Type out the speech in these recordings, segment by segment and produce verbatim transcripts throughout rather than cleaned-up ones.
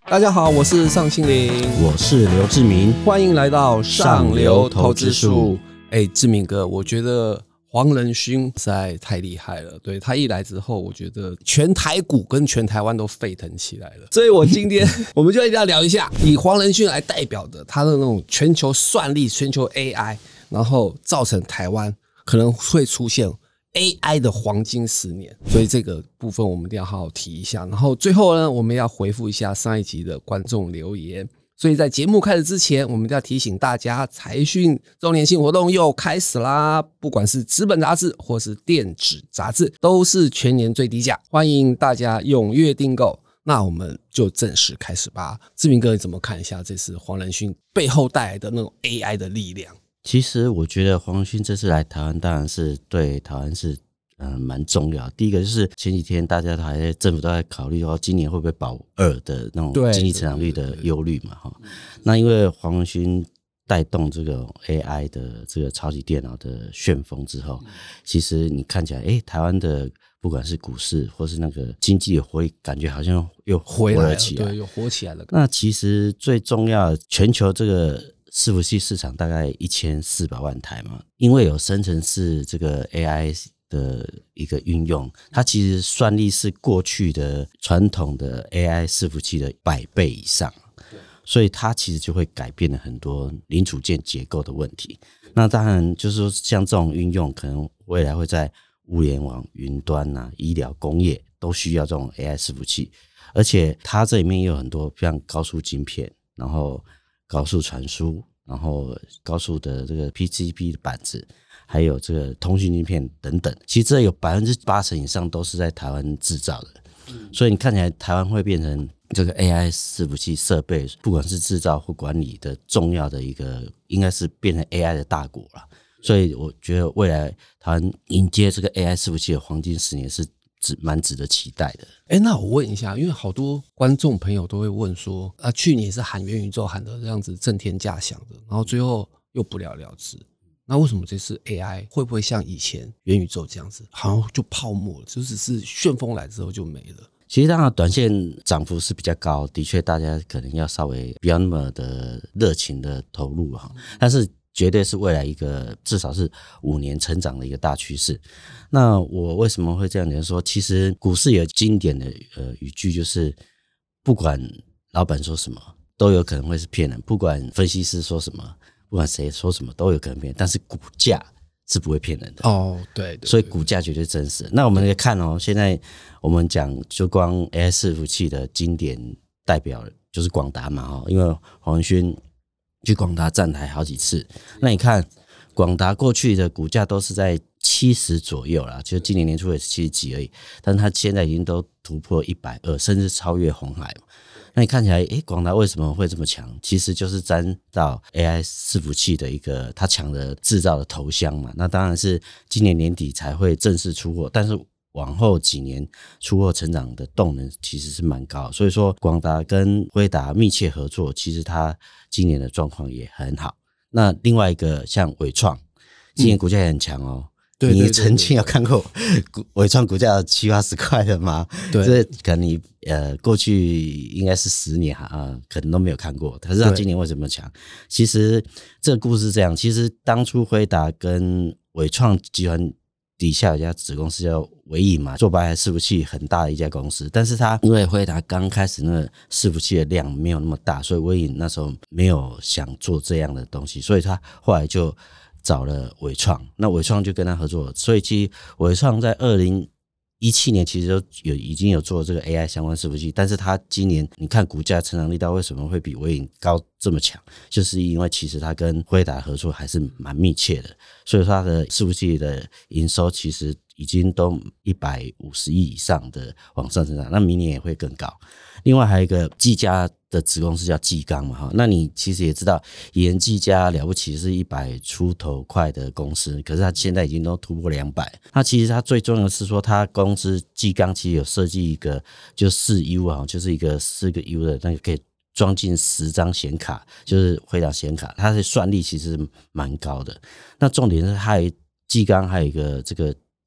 大家好，我是尚青林， 我是刘志明， 欢迎来到上流投资术。哎，志明哥，我觉得黄仁勋实在太厉害了。对，他一来之后，我觉得全台股跟全台湾都沸腾起来了。所以我今天我们就一定要聊一下，以黄仁勋来代表的他的那种全球算力、全球 A I， 然后造成台湾可能会出现A I 的黄金十年，所以这个部分我们一定要好好提一下。然后最后呢，我们要回复一下上一集的观众留言。所以在节目开始之前，我们要提醒大家，财讯周年庆活动又开始啦！不管是纸本杂志或是电子杂志，都是全年最低价，欢迎大家踊跃订购。那我们就正式开始吧。志明哥，你怎么看一下这次黄仁勋背后带来的那种 A I 的力量？ 其实我觉得黄仁勋这次来台湾，当然是对台湾是嗯蛮重要的。第一个就是前几天大家都还在政府都在考虑说今年会不会保二的那种经济成长率的忧虑嘛哈。那因为黄仁勋带动这个 A I 的这个超级电脑的旋风之后，其实你看起来诶台湾的不管是股市或是那个经济的活力，感觉好像又活了起来， 对，又活起来了。 那其实最重要的，全球这个伺服器市场大概一千四百万台嘛，因为有生成式这个 A I 的一个运用，它其实算力是过去的传统的 A I 伺服器的百倍以上，所以它其实就会改变了很多零组件结构的问题。那当然就是说像这种运用可能未来会在物联网、云端啊、医疗、工业都需要这种 A I 伺服器，而且它这里面也有很多像高速晶片，然后高速传输，然后高速的这个 P C B 的板子，还有这个通讯晶片等等，其实这有百分之八成以上都是在台湾制造的，嗯、所以你看起来台湾会变成这个 A I 伺服器设备，不管是制造或管理的重要的一个，应该是变成 A I 的大国了。所以我觉得未来台湾迎接这个 A I 伺服器的黄金十年是蛮值得期待的。 哎，那我问一下，因为好多观众朋友都会问说，啊，去年是喊元宇宙喊的这样子震天价响的，然后最后又不了了之。那为什么这次 A I 会不会像以前元宇宙这样子，好像就泡沫了，就只是旋风来之后就没了？ 其实当然短线涨幅是比较高，的确大家可能要稍微不要那么的热情的投入哈，但是绝对是未来一个至少是五年成长的一个大趋势。那我为什么会这样讲说，其实股市有经典的呃语句，就是不管老板说什么都有可能会是骗人，不管分析师说什么，不管谁说什么都有可能骗人，但是股价是不会骗人的哦，对， 对， 对， 所以股价绝对真实。那我们来看哦，现在我们讲就光 A I 伺服器的经典代表就是广达嘛哦，因为黄仁勋去广达站台好几次，那你看广达过去的股价都是在七十左右啦，就今年年初也是七十几而已，但是它现在已经都突破一百二十，甚至超越鸿海。那你看起来诶广达为什么会这么强？其实就是沾到 A I 伺服器的一个它强的制造的头香嘛。那当然是今年年底才会正式出货，但是往后几年出货成长的动能其实是蛮高，所以说广达跟辉达密切合作，其实它今年的状况也很好。那另外一个像伟创，今年股价也很强哦。嗯对对对对， 你曾经有看过伟创股价七八十块的吗？ 对， 这可能你呃过去应该是十年啊、呃，可能都没有看过。可是他今年为什么强？其实这个故事是这样，其实当初辉达跟伟创集团底下有一家子公司叫伟影嘛，做白海伺服器很大的一家公司，但是它因为辉达刚开始那个伺服器的量没有那么大，所以伟影那时候没有想做这样的东西，所以他后来就找了伟创，那伟创就跟他合作，所以其实伟创在二零一七年其实就有已经有做这个 A I 相关伺服器，但是他今年你看股价成长力道为什么会比伟影高这么强，就是因为其实他跟辉达合作还是蛮密切的，所以他的伺服器的营收其实已经都一百五十亿以上的往上成长，那明年也会更高。另外还有一个技嘉的子公司叫技钢嘛，那你其实也知道以前技嘉了不起是一百出头块的公司，可是它现在已经都突破两百。那其实它最重要的是说，它公司技钢其实有设计一个就四 U 啊，就是一个四个 U 的那个可以装进十张显卡，就是辉达显卡，它的算力其实蛮高的。那重点是它有技钢还有一个这个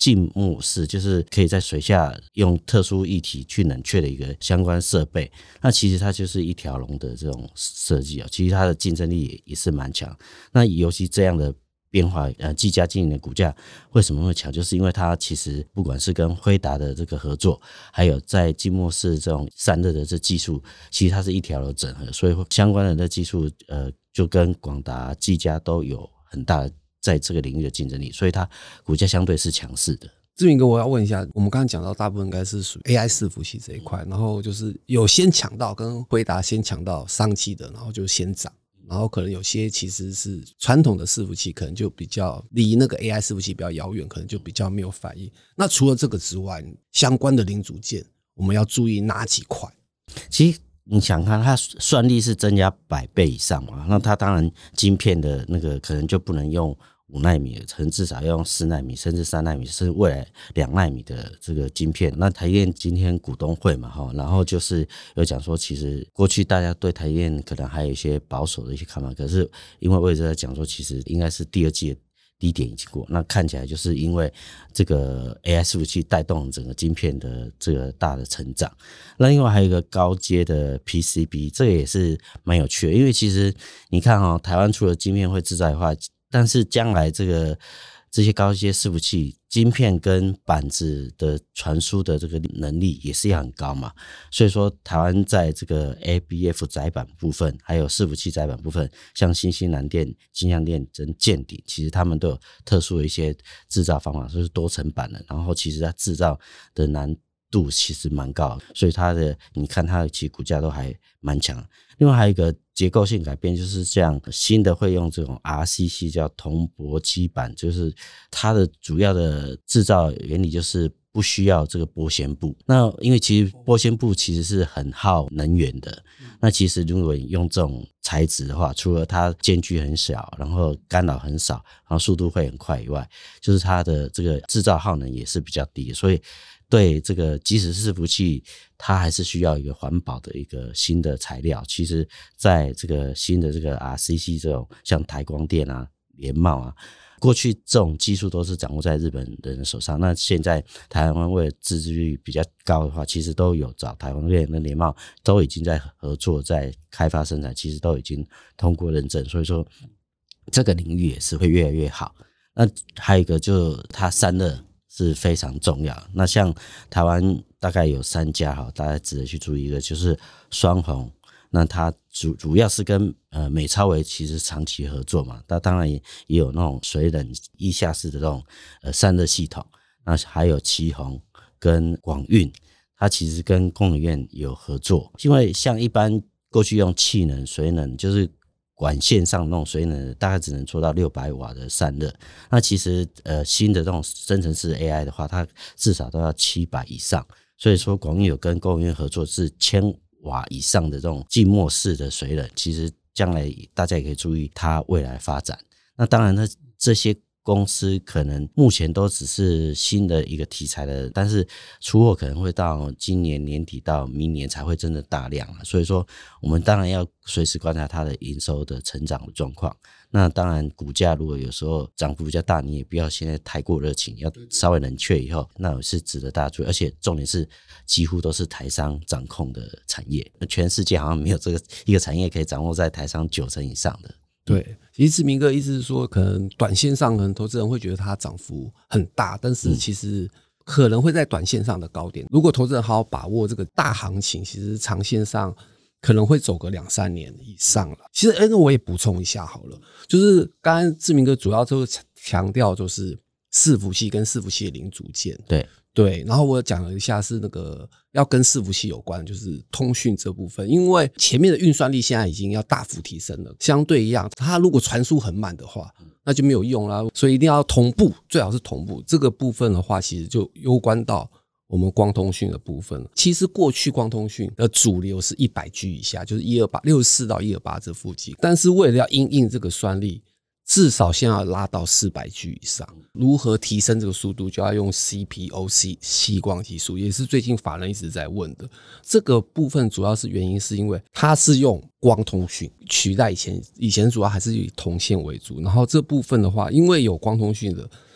静默式，就是可以在水下用特殊液体去冷却的一个相关设备。那其实它就是一条龙的这种设计啊，其实它的竞争力 也, 也是蛮强。那尤其这样的变化，呃，技嘉今年的股价为什么会强？就是因为它其实不管是跟辉达的这个合作，还有在静默式这种散热的这技术，其实它是一条龙整合，所以相关的这技术，呃，就跟广达、技嘉都有很大的在这个领域的竞争力，所以它股价相对是强势的。 志明哥，我要问一下，我们刚刚讲到大部分应该是属于 A I 伺服器这一块，然后就是有先抢到跟辉达先抢到商机的，然后就先涨，然后可能有些其实是传统的伺服器，可能就比较离那个 A I 伺服器比较遥远，可能就比较没有反应。那除了这个之外，相关的零组件我们要注意哪几块？ 其实你想看它算力是增加百倍以上嘛，那它当然晶片的那个可能就不能用五奈米，可能至少要用四奈米，甚至三奈米，甚至未来两奈米的这个晶片。那台积电今天股东会嘛，然后就是有讲说，其实过去大家对台积电可能还有一些保守的一些看法，可是因为我也在讲说，其实应该是第二季的低点已经过，那看起来就是因为这个 A I 伺服器带动整个晶片的这个大的成长。那另外还有一个高阶的 P C B， 这个也是蛮有趣的，因为其实你看哦，台湾除了晶片会制造的话，但是将来这个这些高阶伺服器晶片跟板子的传输的这个能力也是要很高嘛，所以说台湾在这个 A B F 载板部分还有伺服器载板部分，像新兴南电、金像电跟健鼎，其实他们都有特殊的一些制造方法，就是多层板的，然后其实它制造的难度其实蛮高的，所以它的你看它的其实股价都还蛮强。另外还有一个结构性改变，就是这样新的会用这种 R C C 叫铜箔基板，就是它的主要的制造原理就是不需要这个玻纤布。那因为其实玻纤布其实是很耗能源的，那其实如果你用这种材质的话，除了它间距很小，然后干扰很少，然后速度会很快以外，就是它的这个制造耗能也是比较低的，所以对这个即使是伺服器，它还是需要一个环保的一个新的材料。其实在这个新的这个 R C C 这种像台光电啊、联茂啊，过去这种技术都是掌握在日本人的手上，那现在台湾为了自制率比较高的话，其实都有找台湾电跟联茂都已经在合作，在开发生产，其实都已经通过认证，所以说这个领域也是会越来越好。那还有一个就是它散热是非常重要。那像台湾大概有三家哈，大家值得去注意，一个就是双虹，那它主主要是跟呃美超微其实长期合作嘛，它当然 也, 也有那种水冷腋下式的这种呃散热系统。那还有奇宏跟广运，它其实跟工研院有合作，因为像一般过去用气冷、水冷，就是管线上那种水冷大概只能做到六百瓦的散热，那其实呃新的这种生成式 A I 的话，它至少都要七百以上，所以说广运有跟工研院合作是千瓦以上的这种静默式的水冷，其实将来大家也可以注意它未来发展。那当然呢，这些公司可能目前都只是新的一个题材的，但是出货可能会到今年年底到明年才会真的大量，所以说我们当然要随时观察它的营收的成长的状况。那当然股价如果有时候涨幅比较大，你也不要现在太过热情，要稍微冷却以后，那也是值得大家注意。而且重点是几乎都是台商掌控的产业，全世界好像没有这个一个产业可以掌握在台商九成以上的。 对，其实志明哥意思是说，可能短线上可能投资人会觉得它涨幅很大，但是其实可能会在短线上的高点。如果投资人好好把握这个大行情，其实长线上可能会走个两三年以上了。其实，那我也补充一下好了，就是刚刚志明哥主要就是强调就是伺服器跟伺服器的零组件， 对对，然后我讲了一下是那个要跟伺服器有关，就是通讯这部分，因为前面的运算力现在已经要大幅提升了，相对一样，它如果传输很慢的话，那就没有用啦，所以一定要同步，最好是同步。这个部分的话，其实就攸关到我们光通讯的部分。其实过去光通讯的主流是 一百 G 以下，就是一百二十八 六十四到一百二十八这附近，但是为了要因应这个算力，至少先要拉到 四百 G 以上。如何提升这个速度，就要用 C P O C 细光技术，也是最近法人一直在问的。这个部分主要是原因是因为它是用光通讯取代以前，以前主要还是以铜线为主。然后这部分的话，因为有光通讯的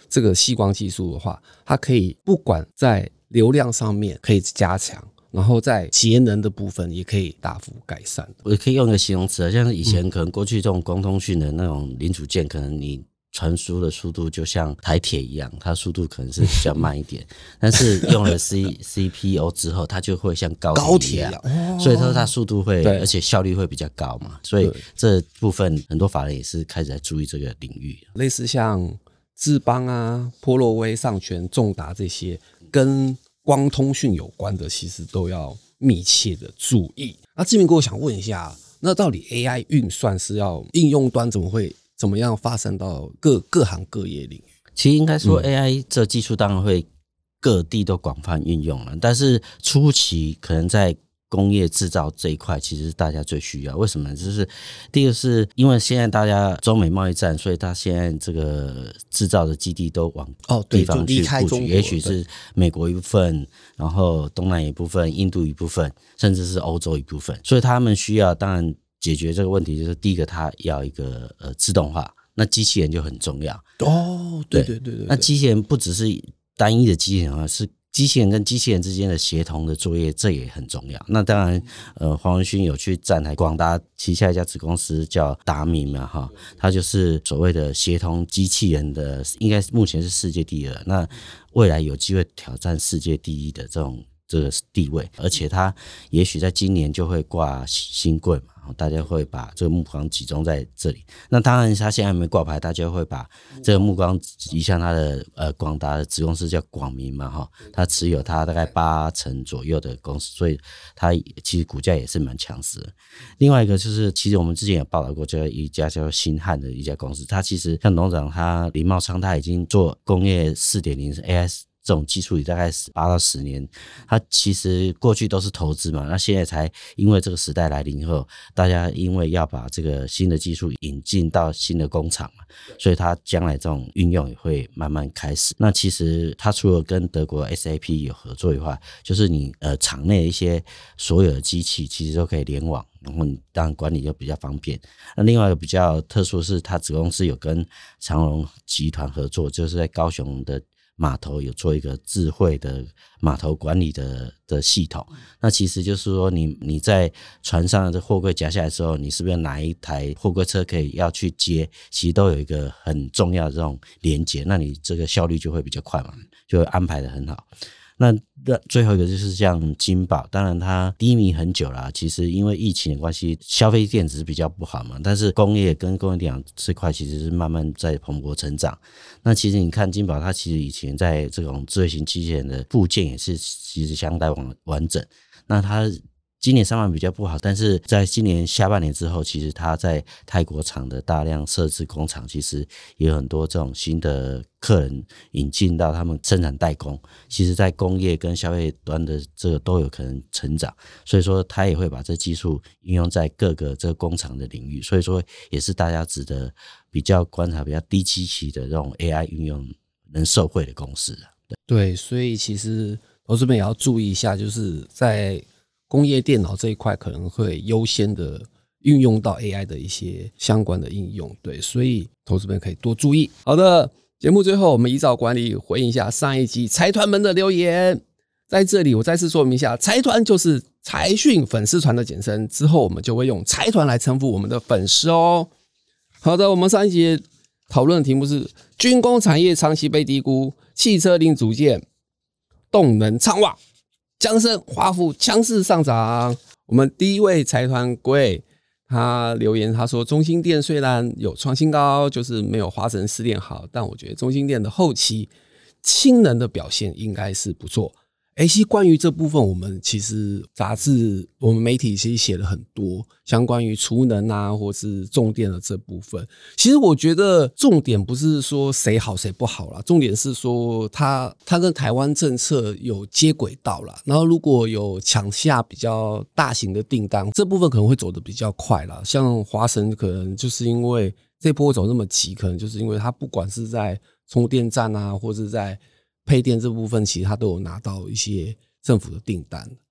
这个矽光技术的话，它可以不管在流量上面可以加强，然后在节能的部分也可以大幅改善。 我可以用一个形容词啊，像以前可能过去这种光通讯的那种零组件，可能你传输的速度就像台铁一样，它速度可能是比较慢一点，但是用了 C C P U 之后，它就会像高铁一样，哦、所以说它速度会，而且效率会比较高嘛。所以这部分很多法人也是开始在注意这个领域， 类似像智邦啊、波洛威、上权、重达这些跟光通讯有关的，其实都要密切的注意。那志明哥，我想问一下，那到底 A I 运算是要应用端怎么会？怎么样发生到各各行各业领域？ 其实应该说 A I 这技术当然会各地都广泛运用了，但是初期可能在工业制造这一块其实是大家最需要。为什么？就是第一个是因为现在大家中美贸易战，所以他现在这个制造的基地都往地方去布局，也许是美国一部分，然后东南亚一部分，印度一部分，甚至是欧洲一部分，所以他们需要当然解决这个问题，就是第一个它要一个呃自动化，那机器人就很重要。 哦，对对 对, 对, 对， 那机器人不只是单一的机器人啊，是机器人跟机器人之间的协同的作业，这也很重要。那当然，呃，黄文勋有去站台，广达旗下一家子公司叫达明嘛，哈，它就是所谓的协同机器人的，应该目前是世界第二，那未来有机会挑战世界第一的这种这个地位，而且它也许在今年就会挂新贵嘛。大家会把这个目光集中在这里。那当然，他现在还没挂牌，大家会把这个目光移向他的呃广达的子公司叫广明嘛，哈，他持有他大概八成左右的公司，所以他其实股价也是蛮强势的。另外一个就是，其实我们之前有报道过，这一家叫新汉的一家公司，他其实像董事长他林茂昌，他已经做工业 四点零 A I。这种技术里大概八到十年，它其实过去都是投资嘛，那现在才因为这个时代来临以后，大家因为要把这个新的技术引进到新的工厂嘛，所以它将来这种运用也会慢慢开始。那其实它除了跟德国 S A P 有合作以外，就是你呃厂内的一些所有的机器其实都可以联网，然后你当然管理就比较方便。那另外一个比较特殊的是，它子公司有跟长荣集团合作，就是在高雄的码头有做一个智慧的码头管理的的系统。那其实就是说你你在船上的货柜夹下来的时候，你是不是哪一台货柜车可以要去接，其实都有一个很重要的这种连结，那你这个效率就会比较快嘛，就会安排得很好。那最后一个就是像金宝，当然它低迷很久啦，其实因为疫情的关系，消费电子是比较不好嘛，但是工业跟工业电脑这块其实是慢慢在蓬勃成长。那其实你看金宝，它其实以前在这种智慧型机器人的部件也是其实相当完整。那它今年上半比较不好，但是在今年下半年之后，其实它在泰国厂的大量设置工厂，其实也有很多这种新的客人引进到他们生产代工，其实在工业跟消费端的这个都有可能成长，所以说它也会把这技术应用在各个这个工厂的领域，所以说也是大家值得比较观察比较低基期的这种 A I 运用能受惠的公司。 对, 对，所以其实投资们也要注意一下，就是在工业电脑这一块可能会优先的运用到 A I 的一些相关的应用，对，所以投资们可以多注意。好的，节目最后我们依照惯例回应一下上一集财团们的留言。在这里我再次说明一下，财团就是财讯粉丝团的简称，之后我们就会用财团来称呼我们的粉丝哦。好的，我们上一集讨论的题目是军工产业长期被低估，汽车零组件动能畅旺，江森华孚强势上涨。我们第一位财团龟他留言，他说中兴电虽然有创新高，就是没有华城四电好，但我觉得中兴电的后期氢能的表现应该是不错。诶，其实关于这部分，我们其实杂志、我们媒体其实写了很多相关于储能啊，或是重电的这部分。其实我觉得重点不是说谁好谁不好啦，重点是说它它跟台湾政策有接轨到啦。然后如果有抢下比较大型的订单，这部分可能会走得比较快啦。像华城可能就是因为这波走那么急，可能就是因为它不管是在充电站啊，或是在配电这部分，其实它都有拿到一些政府的订单。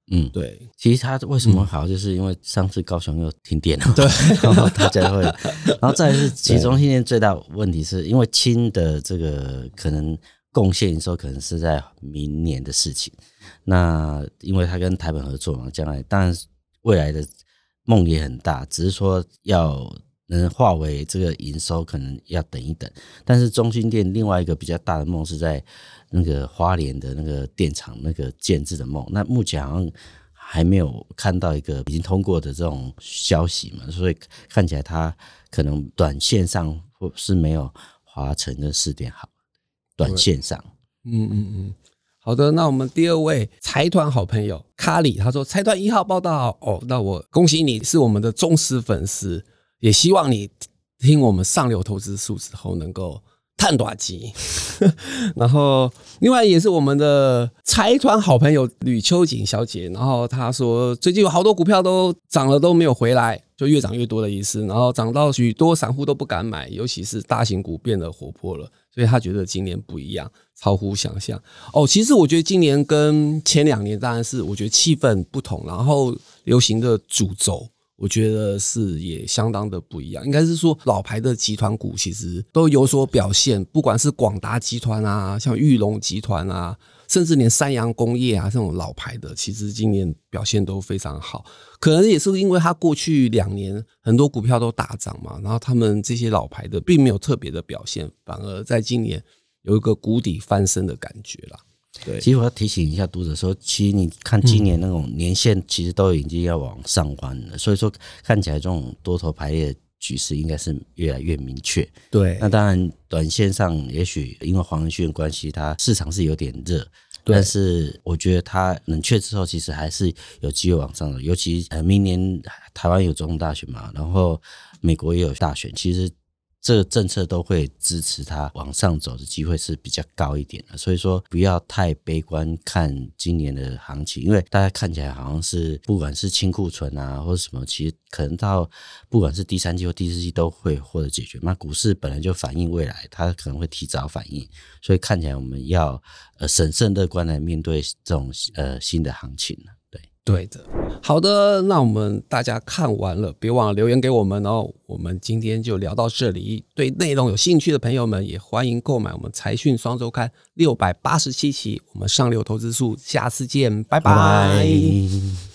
嗯， 对， 其实它为什么好，就是因为上次高雄又停电了， 对， 然后大家会，然后再来是，其中今天最大问题是因为氢的这个可能贡献营收可能是在明年的事情，那因为它跟台本合作嘛，将来当然未来的梦也很大，只是说要能化为这个营收，可能要等一等。但是中兴电另外一个比较大的梦是在那个花莲的那个电厂那个建制的梦，那目前好像还没有看到一个已经通过的这种消息嘛，所以看起来它可能短线上或是没有华城跟士电好，短线上， 嗯嗯嗯。好的，那我们第二位财团好朋友卡里，他说财团一号报道哦，那我恭喜你是我们的忠实粉丝，也希望你听我们上流投资术之后能够探大吉。然后另外也是我们的财团好朋友吕秋瑾小姐，然后她说最近有好多股票都涨了都没有回来，就越涨越多的意思，然后涨到许多散户都不敢买，尤其是大型股变得活泼了，所以她觉得今年不一样，超乎想象。哦，其实我觉得今年跟前两年当然是我觉得气氛不同，然后流行的主轴我觉得是也相当的不一样，应该是说老牌的集团股其实都有所表现，不管是广达集团啊，像裕隆集团啊，甚至连三洋工业啊这种老牌的，其实今年表现都非常好。可能也是因为它过去两年很多股票都大涨嘛，然后他们这些老牌的并没有特别的表现，反而在今年有一个谷底翻身的感觉啦。对， 其实我要提醒一下读者说，其实你看今年那种年线其实都已经要往上弯了，嗯、所以说看起来这种多头排列的局势应该是越来越明确。 对， 那当然短线上也许因为黄仁勋的关系，它市场是有点热，但是我觉得它冷却之后，其实还是有机会往上的。尤其呃明年台湾有总统大选嘛，然后美国也有大选，其实这个政策都会支持它往上走的机会是比较高一点的，所以说不要太悲观看今年的行情，因为大家看起来好像是不管是清库存啊或者什么，其实可能到不管是第三季或第四季都会获得解决。那股市本来就反映未来，它可能会提早反应，所以看起来我们要呃审慎乐观来面对这种呃新的行情了。对。 对的，好的，那我们大家看完了，别忘了留言给我们哦。我们今天就聊到这里，对内容有兴趣的朋友们也欢迎购买我们财讯双周刊六百八十七期，我们上流投资术，下次见，拜拜。 拜拜。